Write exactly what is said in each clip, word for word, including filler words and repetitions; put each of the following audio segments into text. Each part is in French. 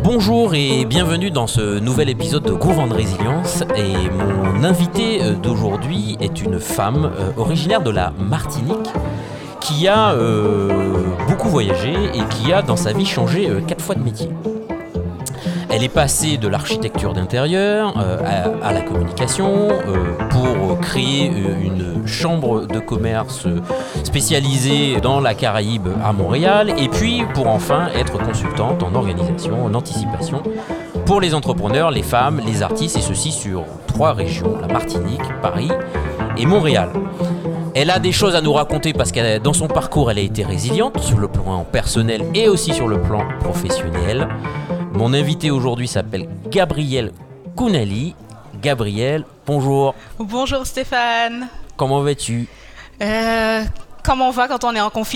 Bonjour et bienvenue dans ce nouvel épisode de Gourmand de Résilience. Et mon invité d'aujourd'hui est une femme euh, originaire de la Martinique qui a euh, beaucoup voyagé et qui a dans sa vie changé euh, quatre fois de métier. Elle est passée de l'architecture d'intérieur euh, à, à la communication euh, pour créer une chambre de commerce spécialisée dans la Caraïbe à Montréal et puis pour enfin être consultante en organisation, en anticipation pour les entrepreneurs, les femmes, les artistes et ceci sur trois régions, la Martinique, Paris et Montréal. Elle a des choses à nous raconter parce que dans son parcours, elle a été résiliente sur le plan personnel et aussi sur le plan professionnel. Mon invité aujourd'hui s'appelle Gabrielle Kounali. Gabrielle, bonjour. Bonjour Stéphane. Comment vas-tu ? euh, Comment on va quand on est en confinement ?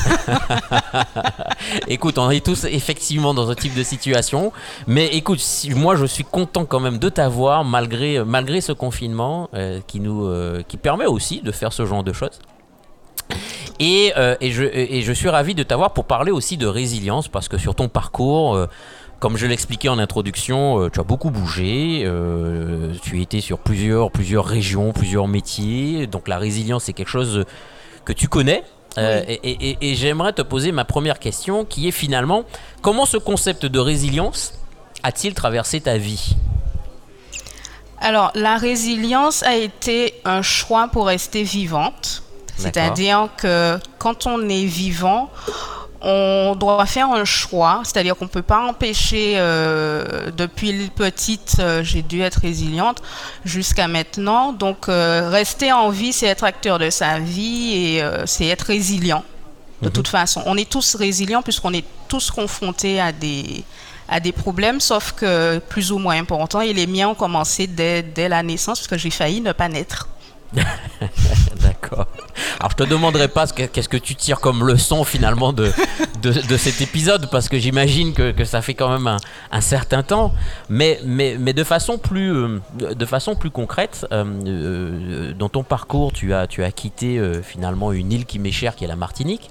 Écoute, on est tous effectivement dans un type de situation. Mais écoute, si, moi je suis content quand même de t'avoir malgré, malgré ce confinement euh, qui, nous, euh, qui permet aussi de faire ce genre de choses. Et, euh, et, je, et je suis ravi de t'avoir pour parler aussi de résilience parce que sur ton parcours... Euh, Comme je l'expliquais en introduction, euh, tu as beaucoup bougé, euh, tu as été sur plusieurs, plusieurs régions, plusieurs métiers, donc la résilience c'est quelque chose que tu connais. Euh, oui. et, et, et j'aimerais te poser ma première question qui est finalement, comment ce concept de résilience a-t-il traversé ta vie ? Alors, la résilience a été un choix pour rester vivante, D'accord. C'est-à-dire que quand on est vivant, on doit faire un choix, c'est-à-dire qu'on ne peut pas empêcher, euh, depuis petite, euh, j'ai dû être résiliente jusqu'à maintenant. Donc, euh, rester en vie, c'est être acteur de sa vie et euh, c'est être résilient. De mmh. toute façon, on est tous résilients puisqu'on est tous confrontés à des, à des problèmes, sauf que plus ou moins importants. Et les miens ont commencé dès, dès la naissance parce que j'ai failli ne pas naître. D'accord. Alors je te demanderai pas ce que, qu'est-ce que tu tires comme leçon finalement de, de, de cet épisode parce que j'imagine que, que ça fait quand même un, un certain temps, mais, mais, mais de façon plus, euh, de façon plus concrète, euh, euh, dans ton parcours tu as, tu as quitté euh, finalement une île qui m'est chère qui est la Martinique.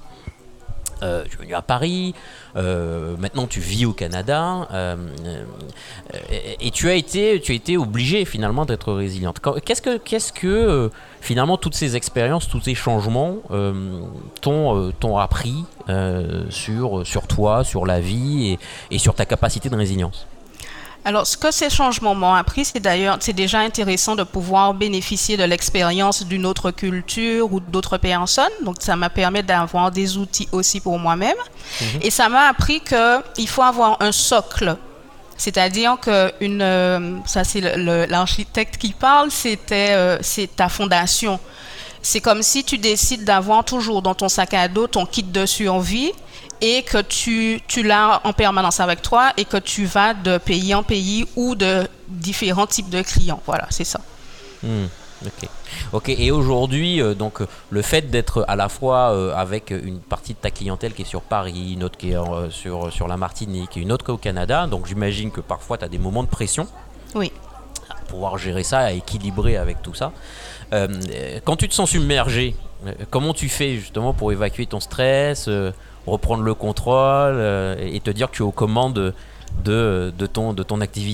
Euh, tu es venu à Paris, euh, maintenant tu vis au Canada euh, euh, et, et tu as été, tu as été obligée finalement d'être résiliente. Qu'est-ce que, qu'est-ce que euh, finalement toutes ces expériences, tous ces changements euh, t'ont, euh, t'ont appris euh, sur, sur toi, sur la vie et, et sur ta capacité de résilience ? Alors, ce que ces changements m'ont appris, c'est d'ailleurs, c'est déjà intéressant de pouvoir bénéficier de l'expérience d'une autre culture ou d'autres personnes. Donc, ça m'a permis d'avoir des outils aussi pour moi-même. Mmh. Et ça m'a appris qu'il faut avoir un socle. C'est-à-dire que une, euh, ça c'est le, le, l'architecte qui parle, c'était, euh, c'est ta fondation. C'est comme si tu décides d'avoir toujours dans ton sac à dos ton kit de survie et que tu, tu l'as en permanence avec toi et que tu vas de pays en pays ou de différents types de clients. Voilà, c'est ça. Mmh, ok. Ok. Et aujourd'hui, euh, donc, le fait d'être à la fois euh, avec une partie de ta clientèle qui est sur Paris, une autre qui est euh, sur, sur la Martinique et une autre qui est au Canada, donc j'imagine que parfois tu as des moments de pression. Oui. À pouvoir gérer ça, à équilibrer avec tout ça. Euh, quand tu te sens submergé, comment tu fais justement pour évacuer ton stress euh, reprendre le contrôle euh, et te dire que tu es aux commandes de, de, ton, de ton activité ?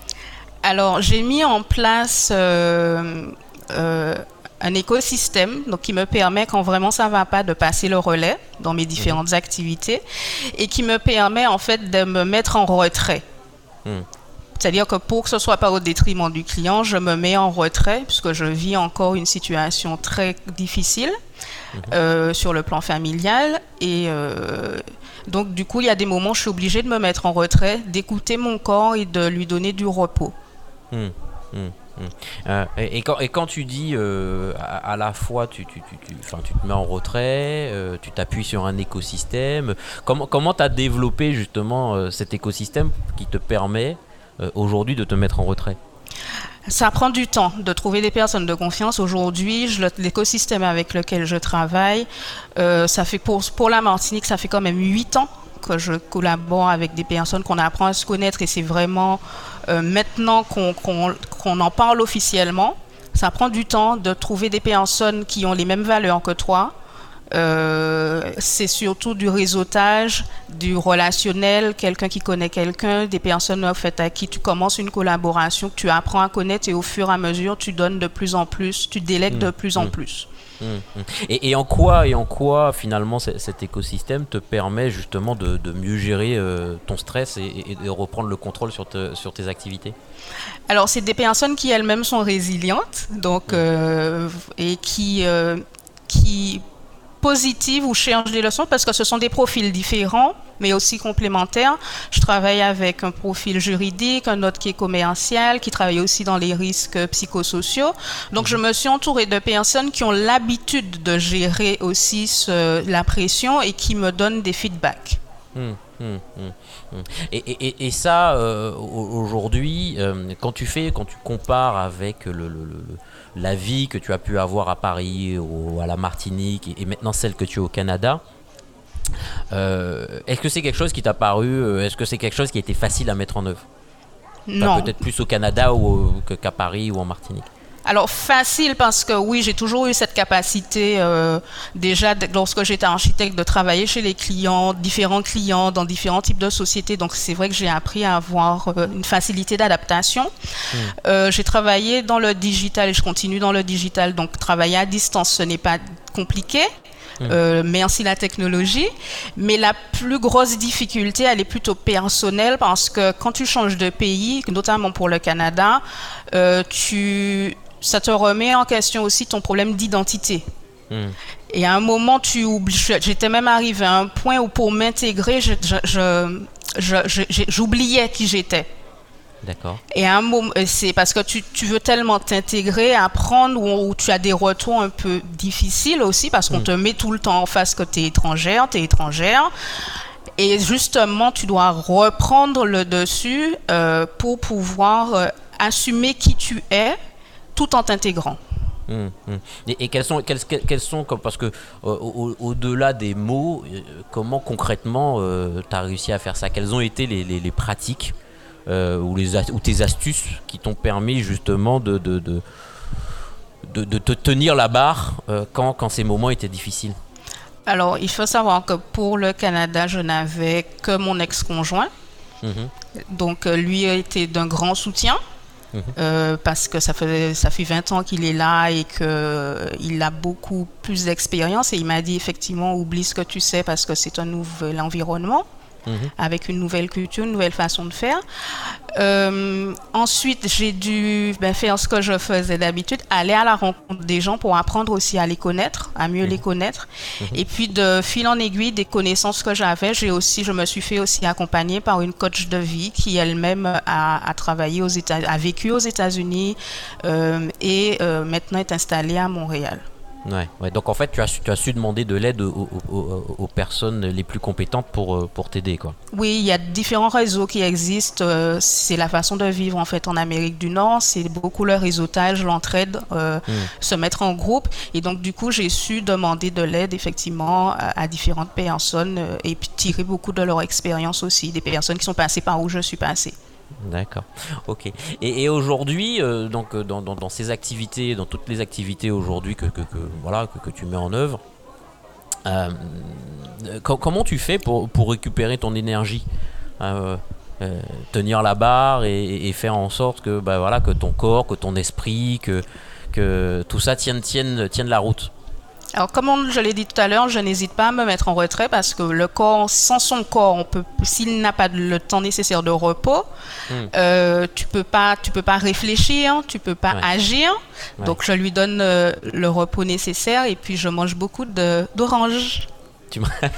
Alors, j'ai mis en place euh, euh, un écosystème donc, qui me permet, quand vraiment ça ne va pas, de passer le relais dans mes différentes mmh. activités et qui me permet en fait de me mettre en retrait. Mmh. C'est-à-dire que pour que ce ne soit pas au détriment du client, je me mets en retrait puisque je vis encore une situation très difficile. Mmh. Euh, sur le plan familial et euh, donc du coup il y a des moments où je suis obligée de me mettre en retrait, d'écouter mon corps et de lui donner du repos. Mmh. Mmh. Mmh. Euh, et, et, quand, et quand tu dis euh, à, à la fois tu, tu, tu, tu, tu te mets en retrait, euh, tu t'appuies sur un écosystème, comment comment tu as développé justement euh, cet écosystème qui te permet euh, aujourd'hui de te mettre en retrait ? Ça prend du temps de trouver des personnes de confiance. Aujourd'hui, je, l'écosystème avec lequel je travaille, euh, ça fait pour, pour la Martinique, ça fait quand même huit ans que je collabore avec des personnes, qu'on apprend à se connaître et c'est vraiment euh, maintenant qu'on, qu'on, qu'on en parle officiellement. Ça prend du temps de trouver des personnes qui ont les mêmes valeurs que toi, Euh, c'est surtout du réseautage, du relationnel, quelqu'un qui connaît quelqu'un, des personnes en fait, à qui tu commences une collaboration, que tu apprends à connaître et au fur et à mesure, tu donnes de plus en plus, tu délègues mmh, de plus mmh. en plus. Mmh, mmh. Et, et en quoi, et en quoi finalement c- cet écosystème te permet justement de, de mieux gérer euh, ton stress et, et de reprendre le contrôle sur, te, sur tes activités? Alors, c'est des personnes qui elles-mêmes sont résilientes, donc mmh. euh, et qui euh, qui positives ou cherchent des leçons parce que ce sont des profils différents mais aussi complémentaires. Je travaille avec un profil juridique, un autre qui est commercial, qui travaille aussi dans les risques psychosociaux. Donc, mmh. je me suis entourée de personnes qui ont l'habitude de gérer aussi ce, la pression et qui me donnent des feedbacks. Mmh, mmh, mmh. Et, et, et ça, euh, aujourd'hui, euh, quand tu fais, quand tu compares avec le, le, le, la vie que tu as pu avoir à Paris ou à la Martinique et, et maintenant celle que tu as au Canada, euh, est-ce que c'est quelque chose qui t'a paru, est-ce que c'est quelque chose qui a été facile à mettre en œuvre? Non. Enfin, peut-être plus au Canada ou, qu'à Paris ou en Martinique. Alors, facile parce que oui, j'ai toujours eu cette capacité euh, déjà lorsque j'étais architecte de travailler chez les clients, différents clients dans différents types de sociétés. Donc, c'est vrai que j'ai appris à avoir euh, une facilité d'adaptation. Mmh. Euh, j'ai travaillé dans le digital et je continue dans le digital. Donc, travailler à distance, ce n'est pas compliqué. Mmh. Euh, merci la technologie. Mais la plus grosse difficulté, elle est plutôt personnelle parce que quand tu changes de pays, notamment pour le Canada, euh, tu... ça te remet en question aussi ton problème d'identité. Mmh. Et à un moment, tu oublies, j'étais même arrivée à un point où pour m'intégrer, je, je, je, je, je, j'oubliais qui j'étais. D'accord. Et à un moment, c'est parce que tu, tu veux tellement t'intégrer, apprendre, où, où tu as des retours un peu difficiles aussi, parce qu'on mmh. te met tout le temps en face que tu es étrangère, tu es étrangère. Et justement, tu dois reprendre le dessus euh, pour pouvoir euh, assumer qui tu es, tout en t'intégrant. Mmh, mmh. Et, et quels sont, quels, quels sont parce que euh, au, au-delà des mots, euh, comment concrètement euh, tu as réussi à faire ça? Quelles ont été les, les, les pratiques euh, ou, les, ou tes astuces qui t'ont permis justement de, de, de, de, de te tenir la barre euh, quand, quand ces moments étaient difficiles? Alors, il faut savoir que pour le Canada, je n'avais que mon ex-conjoint. Mmh. Donc, lui a été d'un grand soutien. Mmh. Euh, parce que ça fait, ça fait vingt ans qu'il est là et qu'il euh, a beaucoup plus d'expérience et il m'a dit effectivement oublie ce que tu sais parce que c'est un nouvel environnement mmh. avec une nouvelle culture, une nouvelle façon de faire. Euh, ensuite j'ai dû ben, faire ce que je faisais d'habitude, aller à la rencontre des gens pour apprendre aussi à les connaître, à mieux mmh. les connaître mmh. et puis de fil en aiguille des connaissances que j'avais, j'ai aussi, je me suis fait aussi accompagner par une coach de vie qui elle-même a, a travaillé aux États, a vécu aux États-Unis euh, et euh, maintenant est installée à Montréal. Ouais, ouais. Donc en fait, tu as su, tu as su demander de l'aide aux, aux, aux personnes les plus compétentes pour, pour t'aider, quoi. Oui, il y a différents réseaux qui existent. Euh, c'est la façon de vivre en fait en Amérique du Nord. C'est beaucoup le réseautage, l'entraide, euh, mmh. se mettre en groupe. Et donc du coup, j'ai su demander de l'aide effectivement à, à différentes personnes euh, et puis tirer beaucoup de leur expérience aussi, des personnes qui sont passées par où je suis passée. D'accord, ok. Et, et aujourd'hui, euh, donc dans, dans, dans ces activités, dans toutes les activités aujourd'hui que, que, que voilà que, que tu mets en œuvre, euh, co- comment tu fais pour, pour récupérer ton énergie, euh, euh, tenir la barre et, et faire en sorte que bah voilà que ton corps, que ton esprit, que que tout ça tienne tienne tienne la route? Alors, comme on, je l'ai dit tout à l'heure, je n'hésite pas à me mettre en retrait parce que le corps, sans son corps, on peut, s'il n'a pas le temps nécessaire de repos, mmh. euh, tu peux pas, tu peux pas réfléchir, tu peux pas ouais. agir. Ouais. Donc, je lui donne euh, le repos nécessaire et puis je mange beaucoup de, d'oranges. Tu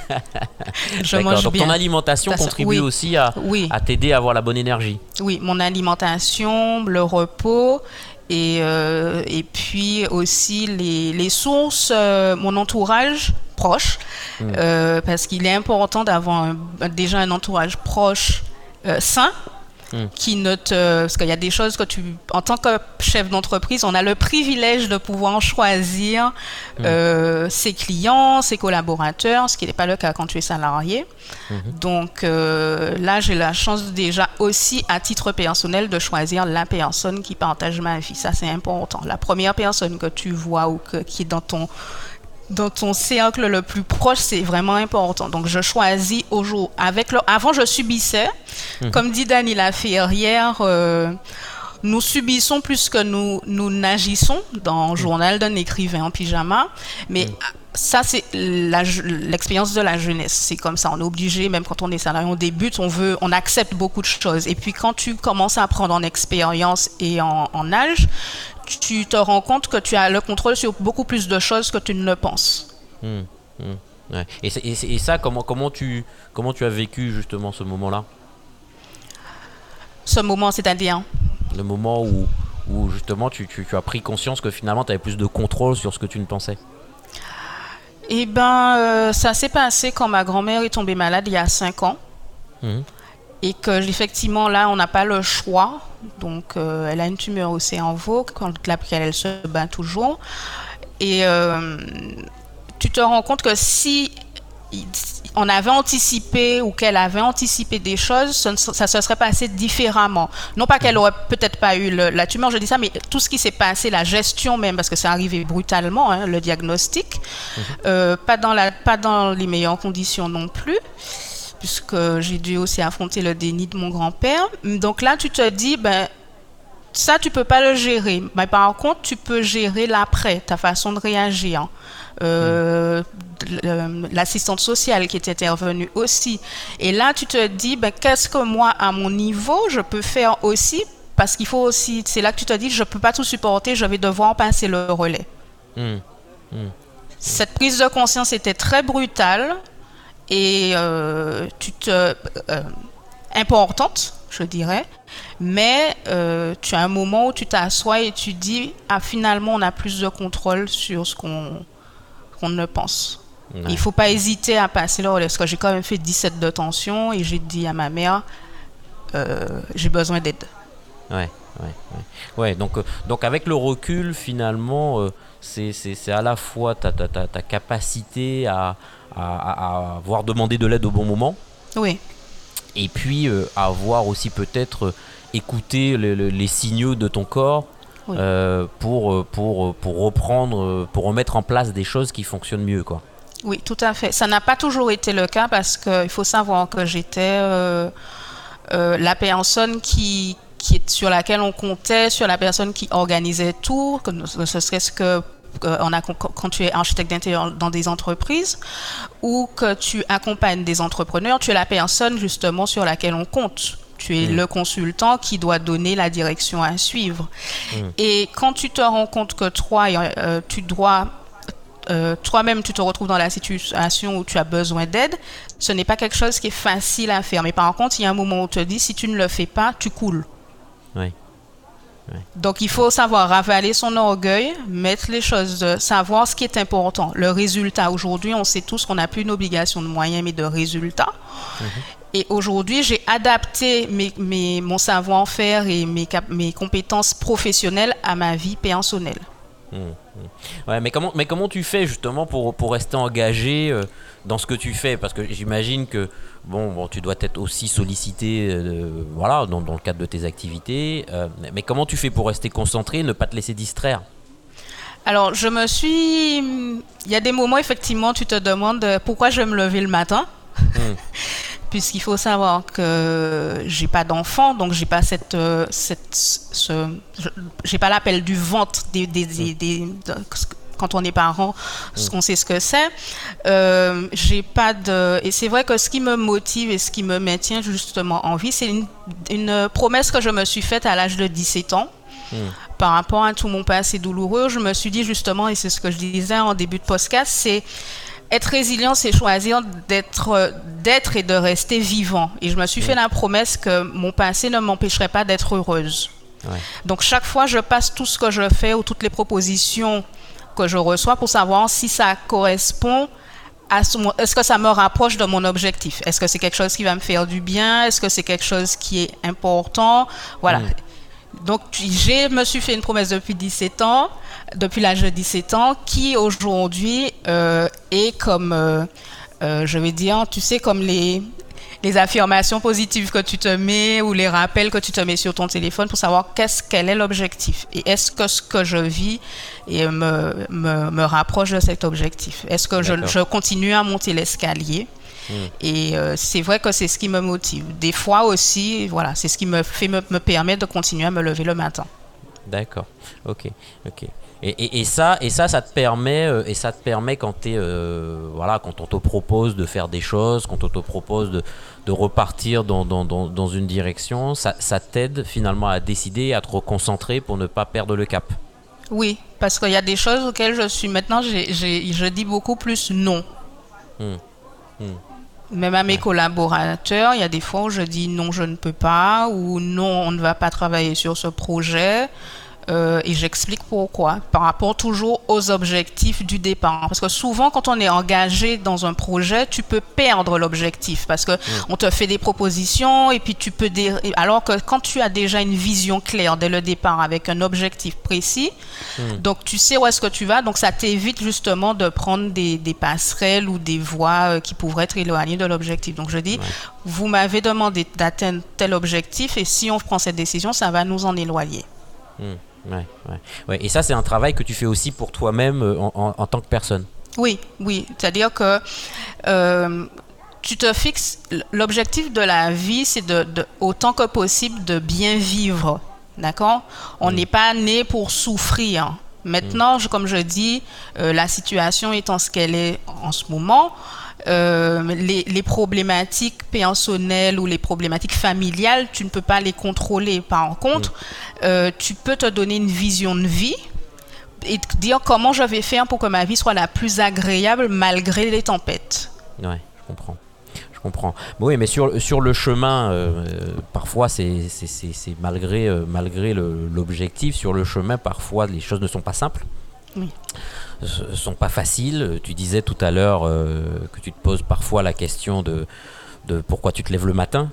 je mange Donc, bien. ton alimentation T'as contribue oui. aussi à, oui. à t'aider à avoir la bonne énergie. Oui, mon alimentation, le repos. Et, euh, et puis aussi les, les sources, euh, mon entourage proche, mmh. euh, parce qu'il est important d'avoir un, déjà un entourage proche, euh, sain, mmh. qui ne te... Parce qu'il y a des choses que tu... En tant que chef d'entreprise, on a le privilège de pouvoir choisir mmh. euh, ses clients, ses collaborateurs, ce qui n'est pas le cas quand tu es salarié. Mmh. Donc euh, là, j'ai la chance déjà aussi, à titre personnel, de choisir la personne qui partage ma vie. Ça, c'est important. La première personne que tu vois ou que, qui est dans ton dans ton cercle le plus proche, c'est vraiment important. Donc, je choisis au jour. Avec le, avant, je subissais. Mmh. Comme dit Dany Laferrière, euh, nous subissons plus que nous, nous n'agissons dans le journal d'un écrivain en pyjama. Mais mmh. ça, c'est la, l'expérience de la jeunesse. C'est comme ça. On est obligé, même quand on est salarié, on débute, on veut, on accepte beaucoup de choses. Et puis, quand tu commences à prendre en expérience et en, en âge, tu te rends compte que tu as le contrôle sur beaucoup plus de choses que tu ne le penses. Mmh, mmh, ouais. et, et, et ça, comment, comment, tu, comment tu as vécu justement ce moment-là ? Ce moment, c'est-à-dire ? Le moment où, où justement tu, tu, tu as pris conscience que finalement tu avais plus de contrôle sur ce que tu ne pensais. Eh bien, euh, ça s'est passé quand ma grand-mère est tombée malade il y a cinq ans. Mmh. Et que, effectivement, là, on n'a pas le choix. Donc, euh, elle a une tumeur au cerveau, contre laquelle elle se bat toujours. Et euh, tu te rends compte que si on avait anticipé ou qu'elle avait anticipé des choses, ça, ça se serait passé différemment. Non pas qu'elle aurait peut-être pas eu le, la tumeur, je dis ça, mais tout ce qui s'est passé, la gestion même, parce que c'est arrivé brutalement, hein, le diagnostic, mmh. euh, pas dans la, pas dans les meilleures conditions non plus, puisque j'ai dû aussi affronter le déni de mon grand-père. Donc là, tu te dis, ben, ça, tu peux pas le gérer. Mais par contre, tu peux gérer l'après, ta façon de réagir. Euh, mmh. L'assistante sociale qui est intervenue aussi. Et là, tu te dis, ben, qu'est-ce que moi, à mon niveau, je peux faire aussi? Parce qu'il faut aussi, c'est là que tu te dis, je peux pas tout supporter, je vais devoir passer le relais. Mmh. Mmh. Cette prise de conscience était très brutale. Et euh, tu te euh, importante, je dirais, mais euh, tu as un moment où tu t'assois et tu dis ah finalement on a plus de contrôle sur ce qu'on qu'on ne pense. Ouais. Il faut pas hésiter à passer le relais parce que j'ai quand même fait dix-sept de tension et j'ai dit à ma mère euh, j'ai besoin d'aide. Ouais, ouais, ouais. Ouais, donc euh, donc avec le recul finalement euh, c'est c'est c'est à la fois ta ta ta, ta capacité à À, à avoir demandé de l'aide au bon moment. Oui. Et puis euh, avoir aussi peut-être écouté le, le, les signaux de ton corps oui. euh, pour, pour, pour reprendre, pour remettre en place des choses qui fonctionnent mieux, quoi. Oui, tout à fait. Ça n'a pas toujours été le cas parce qu'il faut savoir que j'étais euh, euh, la personne qui, qui, sur laquelle on comptait, sur la personne qui organisait tout, que ce serait ce que On a, quand tu es architecte d'intérieur dans des entreprises ou que tu accompagnes des entrepreneurs, tu es la personne justement sur laquelle on compte. Tu es mmh. le consultant qui doit donner la direction à suivre. Mmh. Et quand tu te rends compte que toi, euh, tu dois, euh, toi-même, tu te retrouves dans la situation où tu as besoin d'aide, ce n'est pas quelque chose qui est facile à faire. Mais par contre, il y a un moment où on te dit, si tu ne le fais pas, tu coules. Oui. Ouais. Donc, il faut savoir ravaler son orgueil, mettre les choses, de, savoir ce qui est important. Le résultat, aujourd'hui, on sait tous qu'on n'a plus une obligation de moyens, mais de résultats. Mmh. Et aujourd'hui, j'ai adapté mes, mes, mon savoir-faire et mes, mes compétences professionnelles à ma vie personnelle. Mmh. Ouais, mais comment, mais comment tu fais justement pour, pour rester engagé euh, dans ce que tu fais? Parce que j'imagine que bon, bon, tu dois être aussi sollicité euh, voilà, dans, dans le cadre de tes activités. Euh, mais comment tu fais pour rester concentré, ne pas te laisser distraire? Alors, je me suis... Il y a des moments, effectivement, tu te demandes pourquoi je vais me lever le matin. Mmh. Puisqu'il faut savoir que j'ai pas d'enfant, donc j'ai pas cette, cette ce, j'ai pas l'appel du ventre des, des, des, des, de, quand on est parent, mmh. on sait ce que c'est. Euh, j'ai pas de, et c'est vrai que ce qui me motive et ce qui me maintient justement en vie, c'est une, une promesse que je me suis faite à l'âge de dix-sept ans. Mmh. Par rapport à tout mon passé douloureux, je me suis dit justement, et c'est ce que je disais en début de podcast, c'est être résilient, c'est choisir d'être, d'être et de rester vivant. Et je me suis mmh. fait la promesse que mon passé ne m'empêcherait pas d'être heureuse. Ouais. Donc chaque fois, je passe tout ce que je fais ou toutes les propositions que je reçois pour savoir si ça correspond à ce, est-ce que ça me rapproche de mon objectif. Est-ce que c'est quelque chose qui va me faire du bien? Est-ce que c'est quelque chose qui est important? Voilà. Mmh. Donc, je me suis fait une promesse depuis dix-sept ans, depuis l'âge de dix-sept ans, qui aujourd'hui euh, est comme, euh, euh, je vais dire, tu sais, comme les, les affirmations positives que tu te mets ou les rappels que tu te mets sur ton téléphone pour savoir qu'est-ce, quel est l'objectif et est-ce que ce que je vis et me, me, me rapproche de cet objectif. Est-ce que je, je continue à monter l'escalier? Mmh. Et euh, c'est vrai que c'est ce qui me motive. Des fois aussi, voilà, c'est ce qui me fait me, me permet de continuer à me lever le matin. D'accord. Ok. Ok. Et, et, et ça, et ça, ça te permet, euh, et ça te permet quand t'es, euh, voilà, quand on te propose de faire des choses, quand on te propose de, de repartir dans, dans, dans, dans une direction, ça, ça t'aide finalement à décider, à te reconcentrer pour ne pas perdre le cap. Oui, parce qu'il y a des choses auxquelles je suis maintenant, j'ai, j'ai, je dis beaucoup plus non. Mmh. Mmh. Même à mes ouais. collaborateurs, il y a des fois où je dis non, je ne peux pas, ou non, on ne va pas travailler sur ce projet. Euh, et j'explique pourquoi, par rapport toujours aux objectifs du départ. Parce que souvent, quand on est engagé dans un projet, tu peux perdre l'objectif parce que mmh. on te fait des propositions et puis tu peux... Dé... Alors que quand tu as déjà une vision claire dès le départ avec un objectif précis, mmh. donc tu sais où est-ce que tu vas, donc ça t'évite justement de prendre des, des passerelles ou des voies qui pourraient être éloignées de l'objectif. Donc je dis, ouais. vous m'avez demandé d'atteindre tel objectif et si on prend cette décision, ça va nous en éloigner. Mmh. Ouais, ouais, ouais. Et ça, c'est un travail que tu fais aussi pour toi-même en, en, en tant que personne. Oui, oui. C'est-à-dire que euh, tu te fixes... L'objectif de la vie, c'est de, de, autant que possible de bien vivre. D'accord ? On n'est mmh. pas né pour souffrir. Maintenant, mmh. je, comme je dis, euh, la situation étant ce qu'elle est en ce moment... Euh, les, les problématiques personnelles ou les problématiques familiales, tu ne peux pas les contrôler. Par contre, mmh. euh, tu peux te donner une vision de vie et te dire comment je vais faire pour que ma vie soit la plus agréable malgré les tempêtes. Ouais, je comprends. Je comprends. Bon, oui, mais sur, sur le chemin, euh, parfois, c'est, c'est, c'est, c'est malgré, euh, malgré le, l'objectif, sur le chemin, parfois, les choses ne sont pas simples. Oui. Ne sont pas faciles. Tu disais tout à l'heure euh, que tu te poses parfois la question de, de pourquoi tu te lèves le matin.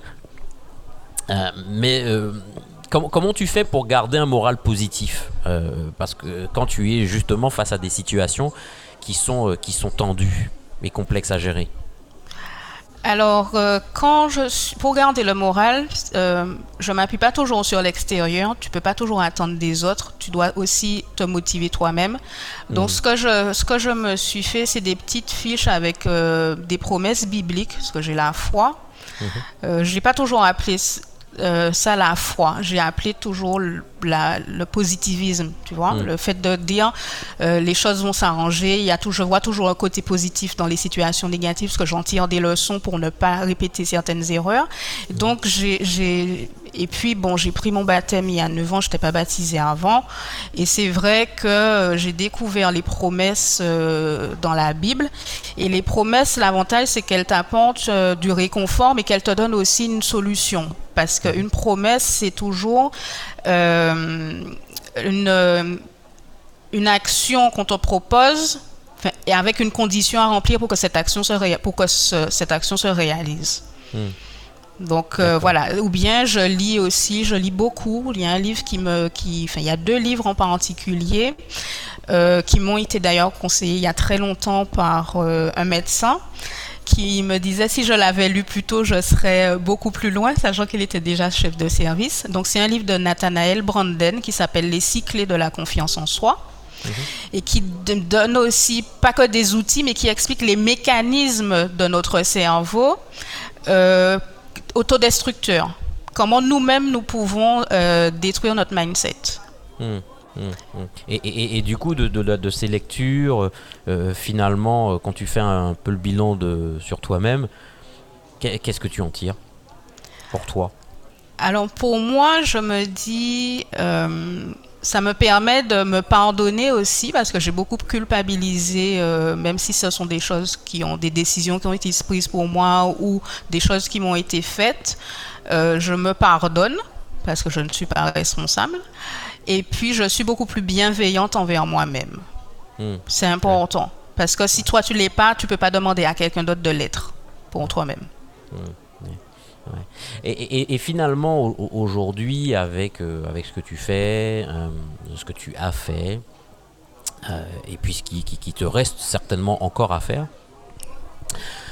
Euh, mais euh, com- comment tu fais pour garder un moral positif euh, parce que quand tu es justement face à des situations qui sont, euh, qui sont tendues et complexes à gérer? Alors, euh, quand je suis, pour garder le moral, euh, je ne m'appuie pas toujours sur l'extérieur. Tu ne peux pas toujours attendre des autres. Tu dois aussi te motiver toi-même. Donc, mmh. ce que je, ce que je me suis fait, c'est des petites fiches avec euh, des promesses bibliques, parce que j'ai la foi. Mmh. Euh, je n'ai pas toujours appelé euh, ça la foi. J'ai appelé toujours le, la, le positivisme, tu vois. Mmh. Le fait de dire euh, les choses vont s'arranger. Il y a tout, je vois toujours un côté positif dans les situations négatives parce que j'en tire des leçons pour ne pas répéter certaines erreurs. Mmh. Donc, j'ai, j'ai... Et puis, bon, j'ai pris mon baptême il y a neuf ans, je n'étais pas baptisée avant. Et c'est vrai que euh, j'ai découvert les promesses euh, dans la Bible. Et les promesses, l'avantage, c'est qu'elles t'apportent euh, du réconfort, mais qu'elles te donnent aussi une solution. Parce qu'une promesse, c'est toujours euh, une, une action qu'on te propose et avec une condition à remplir pour que cette action se, ré, pour que ce, cette action se réalise. Mmh. Donc euh, voilà, ou bien je lis aussi, je lis beaucoup. Il y a un livre qui me, qui, enfin il y a deux livres en particulier euh, qui m'ont été d'ailleurs conseillés il y a très longtemps par euh, un médecin qui me disait si je l'avais lu plus tôt, je serais beaucoup plus loin, sachant qu'il était déjà chef de service. Donc c'est un livre de Nathanael Branden qui s'appelle Les six clés de la confiance en soi. Mmh. Et qui donne aussi pas que des outils, mais qui explique les mécanismes de notre cerveau. Euh, autodestructeur. Comment nous-mêmes nous pouvons euh, détruire notre mindset. Mmh, mmh, mmh. Et, et, et du coup, de, de, de ces lectures, euh, finalement, quand tu fais un peu le bilan de, sur toi-même, qu'est-ce que tu en tires pour toi? Alors pour moi, je me dis... Euh, ça me permet de me pardonner aussi parce que j'ai beaucoup culpabilisé, euh, même si ce sont des choses qui ont des décisions qui ont été prises pour moi ou des choses qui m'ont été faites. Euh, je me pardonne parce que je ne suis pas responsable. Et puis, je suis beaucoup plus bienveillante envers moi-même. Mmh. C'est important. Ouais. Parce que si toi, tu ne l'es pas, tu ne peux pas demander à quelqu'un d'autre de l'être pour toi-même. Mmh. Ouais. Et, et, et finalement, aujourd'hui, avec, euh, avec ce que tu fais, euh, ce que tu as fait, euh, et puis ce qui, qui, qui te reste certainement encore à faire,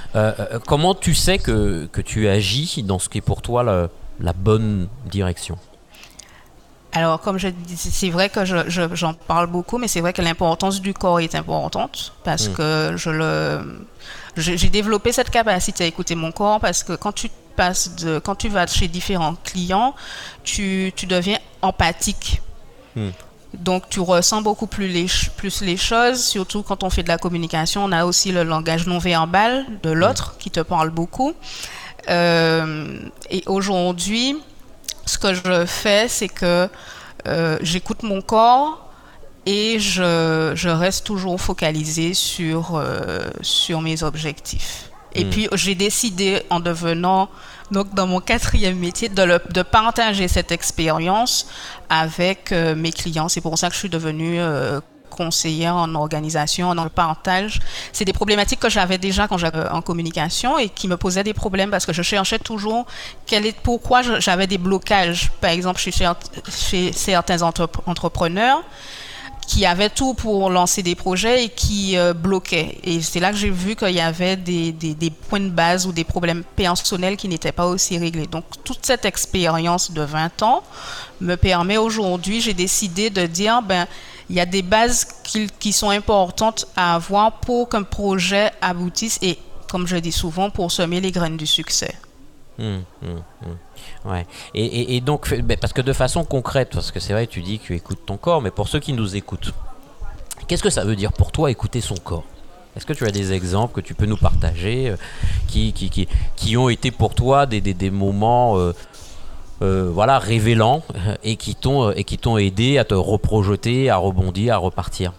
Euh, euh, comment tu sais que, que tu agis dans ce qui est pour toi la, la bonne direction? Alors, comme je dis, c'est vrai que je, je- j'en parle beaucoup, mais c'est vrai que l'importance du corps est importante parce Mm. que je le, j'ai j'ai développé cette capacité à écouter mon corps parce que quand tu passes de, quand tu vas chez différents clients, tu, tu deviens empathique. Mm. Donc, tu ressens beaucoup plus les, ch- plus les choses, surtout quand on fait de la communication. On a aussi le langage non verbal de l'autre qui te parle beaucoup. Euh, et aujourd'hui, ce que je fais, c'est que euh, j'écoute mon corps et je, je reste toujours focalisée sur, euh, sur mes objectifs. Et Mm. puis, j'ai décidé en devenant, donc dans mon quatrième métier, de, le- de partager cette expérience avec euh, mes clients. C'est pour ça que je suis devenue euh, conseillère en organisation, en partage. C'est des problématiques que j'avais déjà quand j'avais en communication et qui me posaient des problèmes parce que je cherchais toujours quel est, pourquoi je- j'avais des blocages. Par exemple, chez, cer- chez certains entrep- entrepreneurs qui avaient tout pour lancer des projets et qui euh, bloquaient. Et c'est là que j'ai vu qu'il y avait des, des, des points de base ou des problèmes personnels qui n'étaient pas aussi réglés. Donc, toute cette expérience de vingt ans me permet aujourd'hui, j'ai décidé de dire, ben, il y a des bases qui, qui sont importantes à avoir pour qu'un projet aboutisse et, comme je dis souvent, pour semer les graines du succès. Hum, hum, hum. Ouais. Et, et- et donc, fait- ben, parce que de façon concrète, parce que c'est vrai, tu dis que tu écoutes ton corps, mais pour ceux qui nous écoutent, qu'est-ce que ça veut dire pour toi écouter son corps? Est-ce que tu as des exemples que tu peux nous partager euh, qui, qui, qui, qui ont été pour toi des, des, des moments euh, euh, voilà, révélants euh, et qui t'ont euh, et qui t'ont aidé à te reprojeter, à rebondir, à repartir?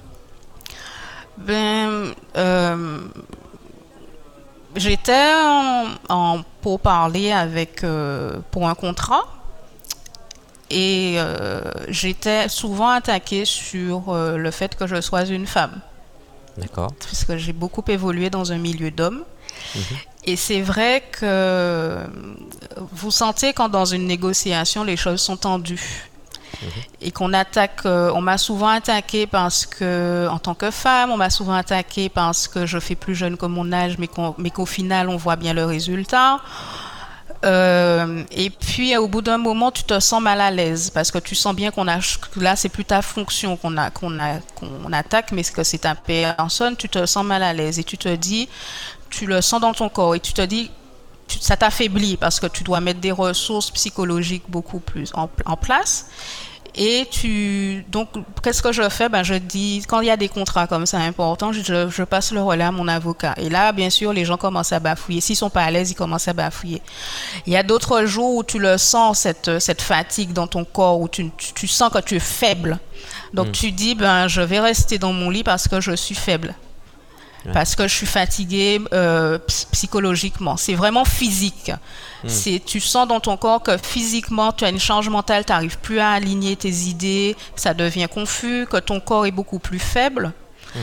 Ben, euh, j'étais en, en pourparlers avec euh, pour un contrat et euh, j'étais souvent attaquée sur euh, le fait que je sois une femme, D'accord. puisque j'ai beaucoup évolué dans un milieu d'hommes. Mhm. Et c'est vrai que euh, vous sentez quand dans une négociation les choses sont tendues et qu'on attaque, euh, on m'a souvent attaqué parce que, en tant que femme, on m'a souvent attaqué parce que je fais plus jeune que mon âge, mais qu'on- mais qu'au final, on voit bien le résultat. Euh, et puis, au bout d'un moment, tu te sens mal à l'aise parce que tu sens bien qu'on a, que là, c'est plus ta fonction qu'on a, qu'on a, qu'on attaque, mais que c'est ta personne. Tu te sens mal à l'aise et tu te dis, tu le sens dans ton corps et tu te dis, tu- ça t'affaiblit parce que tu dois mettre des ressources psychologiques beaucoup plus en, en place. Et tu, donc, qu'est-ce que je fais? Ben, je dis, quand il y a des contrats comme ça importants, je, je passe le relais à mon avocat. Et là, bien sûr, les gens commencent à bafouiller. S'ils sont pas à l'aise, ils commencent à bafouiller. Il y a d'autres jours où tu le sens, cette, cette fatigue dans ton corps, où tu, tu, tu sens que tu es faible. Donc, Mm. tu dis, ben, je vais rester dans mon lit parce que je suis faible. Ouais. Parce que je suis fatiguée euh, ps- psychologiquement. C'est vraiment physique. C'est, tu sens dans ton corps que physiquement, tu as une charge mentale, tu n'arrives plus à aligner tes idées, ça devient confus, que ton corps est beaucoup plus faible.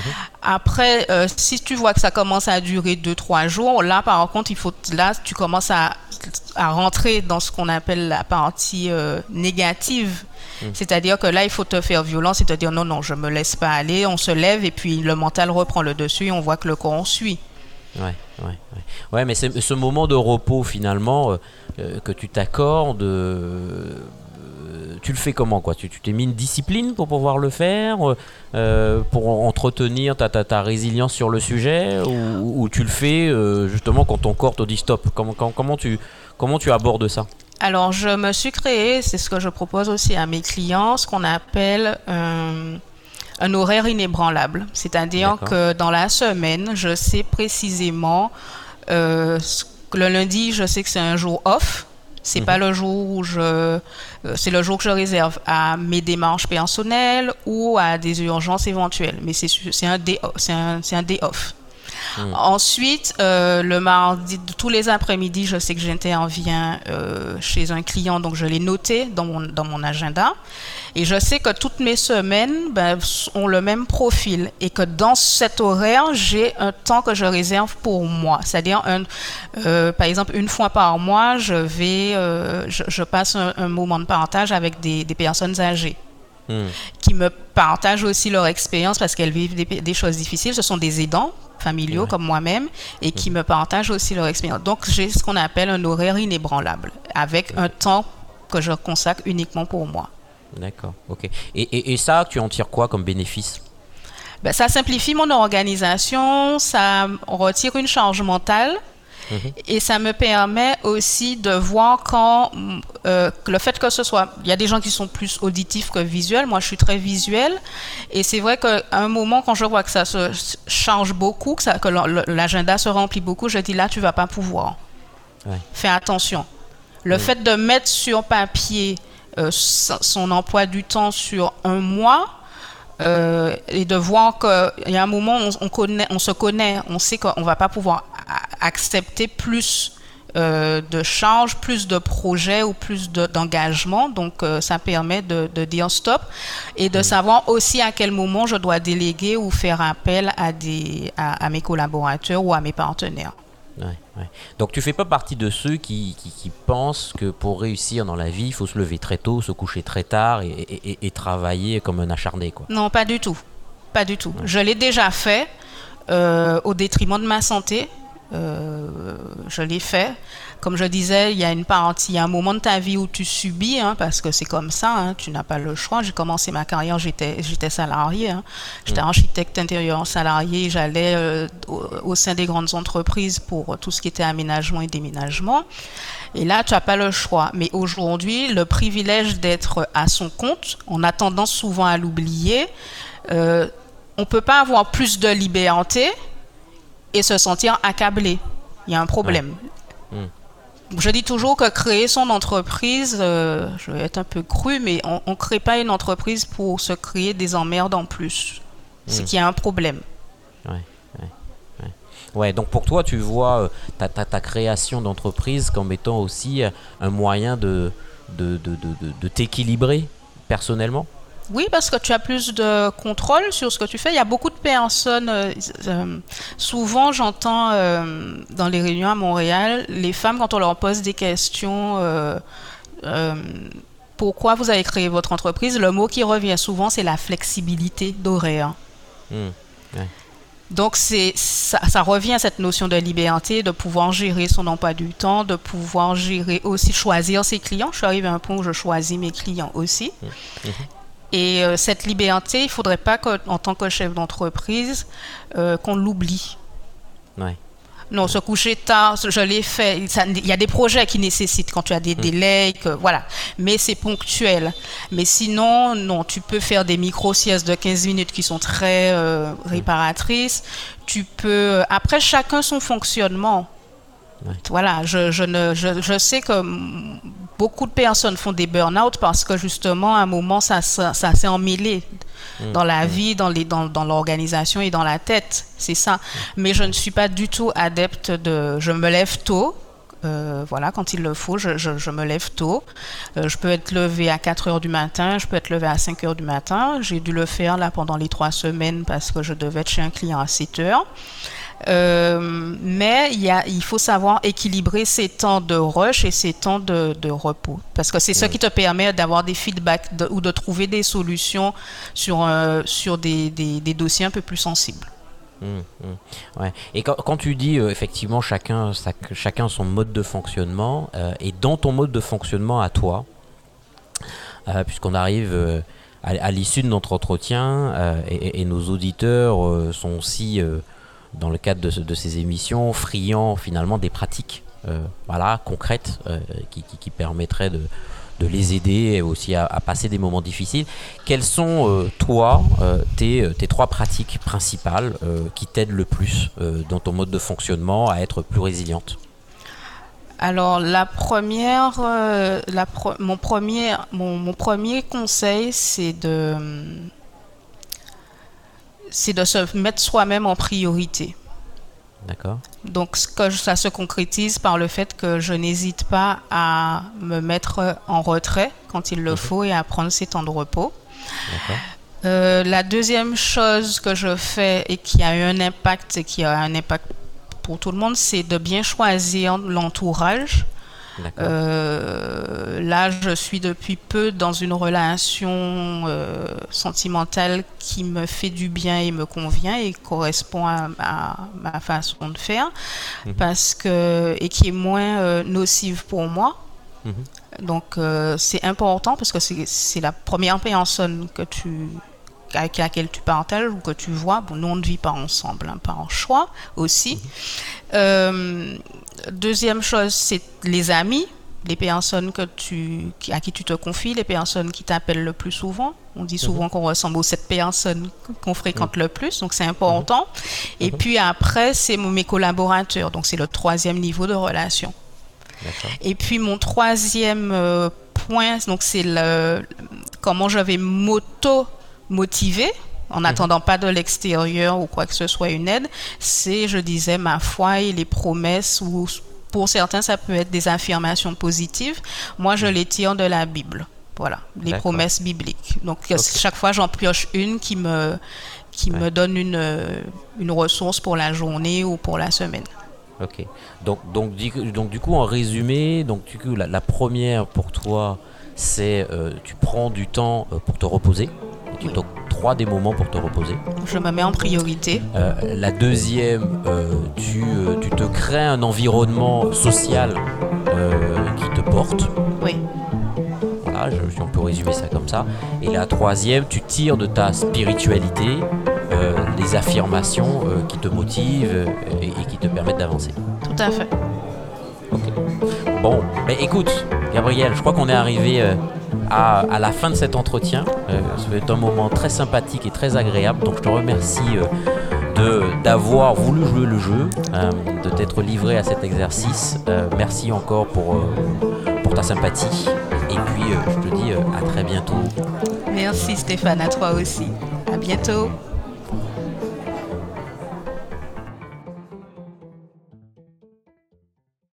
Après, euh, si tu vois que ça commence à durer deux, trois jours, là, par contre, il faut, là, tu commences à, à rentrer dans ce qu'on appelle la partie euh, négative. C'est-à-dire que là, il faut te faire violence et te dire non, non, je me laisse pas aller. On se lève et puis le mental reprend le dessus et on voit que le corps en suit. Ouais, ouais, ouais. Ouais, mais c'est ce moment de repos finalement euh, euh, que tu t'accordes, euh, euh, tu le fais comment quoi? Tu tu t'es mis une discipline pour pouvoir le faire, euh, pour entretenir ta, ta, ta résilience sur le sujet, ou, ou tu le fais euh, justement quand ton corps te dit stop? Comment, comment, comment, tu, comment tu abordes ça? Alors, je me suis créé, c'est ce que je propose aussi à mes clients, ce qu'on appelle un, un horaire inébranlable. C'est-à-dire D'accord. que dans la semaine, je sais précisément, euh, ce- que le lundi, je sais que c'est un jour off. C'est Mhm. pas le jour où je, euh, c'est le jour que je réserve à mes démarches personnelles ou à des urgences éventuelles. Mais c'est su- c'est un day, o- c'est un, c'est un day off. Mm. Ensuite, euh, le mardi, tous les après-midi, je sais que j'interviens euh, chez un client, donc je l'ai noté dans mon, dans mon agenda. Et je sais que toutes mes semaines ben, ont le même profil et que dans cet horaire, j'ai un temps que je réserve pour moi. C'est-à-dire, un, euh, par exemple, une fois par mois, je, vais, euh, je, je passe un, un moment de partage avec des, des personnes âgées Mm. qui me partagent aussi leur expérience parce qu'elles vivent des, des choses difficiles. Ce sont des aidants familiaux Ouais. comme moi-même et qui me partagent aussi leur expérience. Donc, j'ai ce qu'on appelle un horaire inébranlable avec un temps que je consacre uniquement pour moi. D'accord, ok. Et, et, et ça, tu en tires quoi comme bénéfice? Ben, ça simplifie mon organisation, ça retire une charge mentale. Mhm. Et ça me permet aussi de voir quand euh, le fait que ce soit, il y a des gens qui sont plus auditifs que visuels, moi je suis très visuel et c'est vrai qu'à un moment quand je vois que ça se change beaucoup, que, ça, que l'agenda se remplit beaucoup, je dis là tu vas pas pouvoir. Ouais. Fais attention. Le Mhm. fait de mettre sur papier euh, son emploi du temps sur un mois, Euh, et de voir qu'il y a un moment on, on, connaît, on se connaît, on sait qu'on ne va pas pouvoir a- accepter plus euh, de charges, plus de projets ou plus de, d'engagement. Donc, euh, ça permet de, de dire stop et de mmh. savoir aussi à quel moment je dois déléguer ou faire appel à, des, à, à mes collaborateurs ou à mes partenaires. Ouais, ouais. Donc tu fais pas partie de ceux qui, qui, qui pensent que pour réussir dans la vie, il faut se lever très tôt, se coucher très tard et, et, et, et travailler comme un acharné, quoi. Non, pas du tout. Pas du tout. Ouais. Je l'ai déjà fait euh, au détriment de ma santé. Euh, je l'ai fait. Comme je disais, il y a une partie, il y a un moment de ta vie où tu subis, hein, parce que c'est comme ça, hein, tu n'as pas le choix. J'ai commencé ma carrière, j'étais, j'étais salarié, hein. J'étais mmh. architecte intérieur salarié, j'allais euh, au, au sein des grandes entreprises pour tout ce qui était aménagement et déménagement. Et là, tu n'as pas le choix. Mais aujourd'hui, le privilège d'être à son compte, on a tendance souvent à l'oublier. Euh, on ne peut pas avoir plus de liberté et se sentir accablé. Il y a un problème. Ouais. Mmh. Je dis toujours que créer son entreprise, euh, je vais être un peu cru, mais on ne crée pas une entreprise pour se créer des emmerdes en plus. C'est mmh. qu'il y a un problème. Ouais, ouais, ouais. Ouais, donc pour toi, tu vois euh, ta, ta, ta création d'entreprise comme étant aussi euh, un moyen de, de, de, de, de, de t'équilibrer personnellement? Oui, parce que tu as plus de contrôle sur ce que tu fais. Il y a beaucoup de personnes, euh, euh, souvent j'entends euh, dans les réunions à Montréal, les femmes quand on leur pose des questions, euh, euh, pourquoi vous avez créé votre entreprise, le mot qui revient souvent c'est la flexibilité d'horaire. Mmh, ouais. Donc c'est, ça, ça revient à cette notion de liberté, de pouvoir gérer son emploi du temps, de pouvoir gérer aussi, choisir ses clients. Je suis arrivée à un point où je choisis mes clients aussi. Mmh. Et euh, cette liberté, il ne faudrait pas qu'en tant que chef d'entreprise, euh, qu'on l'oublie. Ouais. Non, se coucher tard, je l'ai fait. Il y a des projets qui nécessitent quand tu as des mmh. délais, que, voilà. Mais c'est ponctuel. Mais sinon, non, tu peux faire des micro-siestes de quinze minutes qui sont très euh, réparatrices. Mmh. Tu peux... Après, chacun son fonctionnement. Ouais. Voilà, je, je, ne, je, je sais que beaucoup de personnes font des burn-out parce que justement, à un moment, ça, ça, ça s'est emmêlé mmh. dans la mmh. vie, dans, les, dans, dans l'organisation et dans la tête. C'est ça. Mmh. Mais je ne suis pas du tout adepte de... Je me lève tôt. Euh, voilà, quand il le faut, je, je, je me lève tôt. Euh, je peux être levée à quatre heures du matin, je peux être levée à cinq heures du matin. J'ai dû le faire là pendant les trois semaines parce que je devais être chez un client à sept heures. Euh, mais il, y a, il faut savoir équilibrer ces temps de rush et ces temps de, de repos. Parce que c'est mmh. ça qui te permet d'avoir des feedbacks de, ou de trouver des solutions sur, euh, sur des, des, des dossiers un peu plus sensibles. Mmh, mmh. Ouais. Et quand, quand tu dis euh, effectivement chacun, sa, chacun son mode de fonctionnement, euh, et dans ton mode de fonctionnement à toi, euh, puisqu'on arrive euh, à, à l'issue de notre entretien, euh, et, et nos auditeurs euh, sont aussi... Euh, dans le cadre de, de ces émissions, friands finalement des pratiques euh, voilà, concrètes euh, qui, qui, qui permettraient de, de les aider et aussi à, à passer des moments difficiles. Quelles sont, euh, toi, euh, tes, tes trois pratiques principales euh, qui t'aident le plus euh, dans ton mode de fonctionnement à être plus résiliente ? Alors, la première, euh, la pro- mon, premier, mon, mon premier conseil, c'est de... c'est de se mettre soi-même en priorité. D'accord. Donc, ce que ça se concrétise par le fait que je n'hésite pas à me mettre en retrait quand il le mmh. faut et à prendre ces temps de repos. D'accord. Euh, la deuxième chose que je fais et qui a eu un impact et qui a un impact pour tout le monde, c'est de bien choisir l'entourage. Euh, Euh, là, je suis depuis peu dans une relation euh, sentimentale qui me fait du bien et me convient et correspond à, à ma façon de faire, mmh. parce que, et qui est moins euh, nocive pour moi. Mmh. Donc, euh, c'est important parce que c'est, c'est la première personne que tu, avec laquelle tu partages ou que tu vois. Bon, nous, on ne vit pas ensemble, hein, par choix aussi. Mmh. Euh, deuxième chose, c'est les amis. Les personnes que tu, à qui tu te confies, les personnes qui t'appellent le plus souvent. On dit souvent mmh. qu'on ressemble aux sept personnes qu'on fréquente mmh. le plus, donc c'est important. Mmh. Et mmh. puis après, c'est mes collaborateurs, donc c'est le troisième niveau de relation. D'accord. Et puis mon troisième euh, point, donc c'est le, comment je vais m'auto-motiver en n'attendant mmh. pas de l'extérieur ou quoi que ce soit une aide, c'est, je disais, ma foi et les promesses ou pour certains, ça peut être des affirmations positives. Moi, je les tire de la Bible. Voilà, les D'accord. promesses bibliques. Donc, okay. chaque fois, j'en pioche une qui me, qui ouais. me donne une, une ressource pour la journée ou pour la semaine. Ok. Donc, donc, donc du coup, en résumé, donc, du coup, la, la première pour toi, c'est euh, tu prends du temps euh, pour te reposer. Tu oui. t'octroies des moments pour te reposer. Je me mets en priorité. Euh, la deuxième, euh, tu, euh, tu te crées un environnement social euh, qui te porte. Oui. Voilà, je, on peut résumer ça comme ça. Et la troisième, tu tires de ta spiritualité euh, les affirmations euh, qui te motivent euh, et, et qui te permettent d'avancer. Tout à fait. Ok. Bon, mais écoute, Gabrielle, je crois qu'on est arrivé euh, à, à la fin de cet entretien. Euh, ça va être un moment très sympathique et très agréable. Donc je te remercie euh, de, d'avoir voulu jouer le jeu, euh, de t'être livré à cet exercice. Euh, merci encore pour, euh, pour ta sympathie. Et puis euh, je te dis euh, à très bientôt. Merci Stéphane, à toi aussi. À bientôt.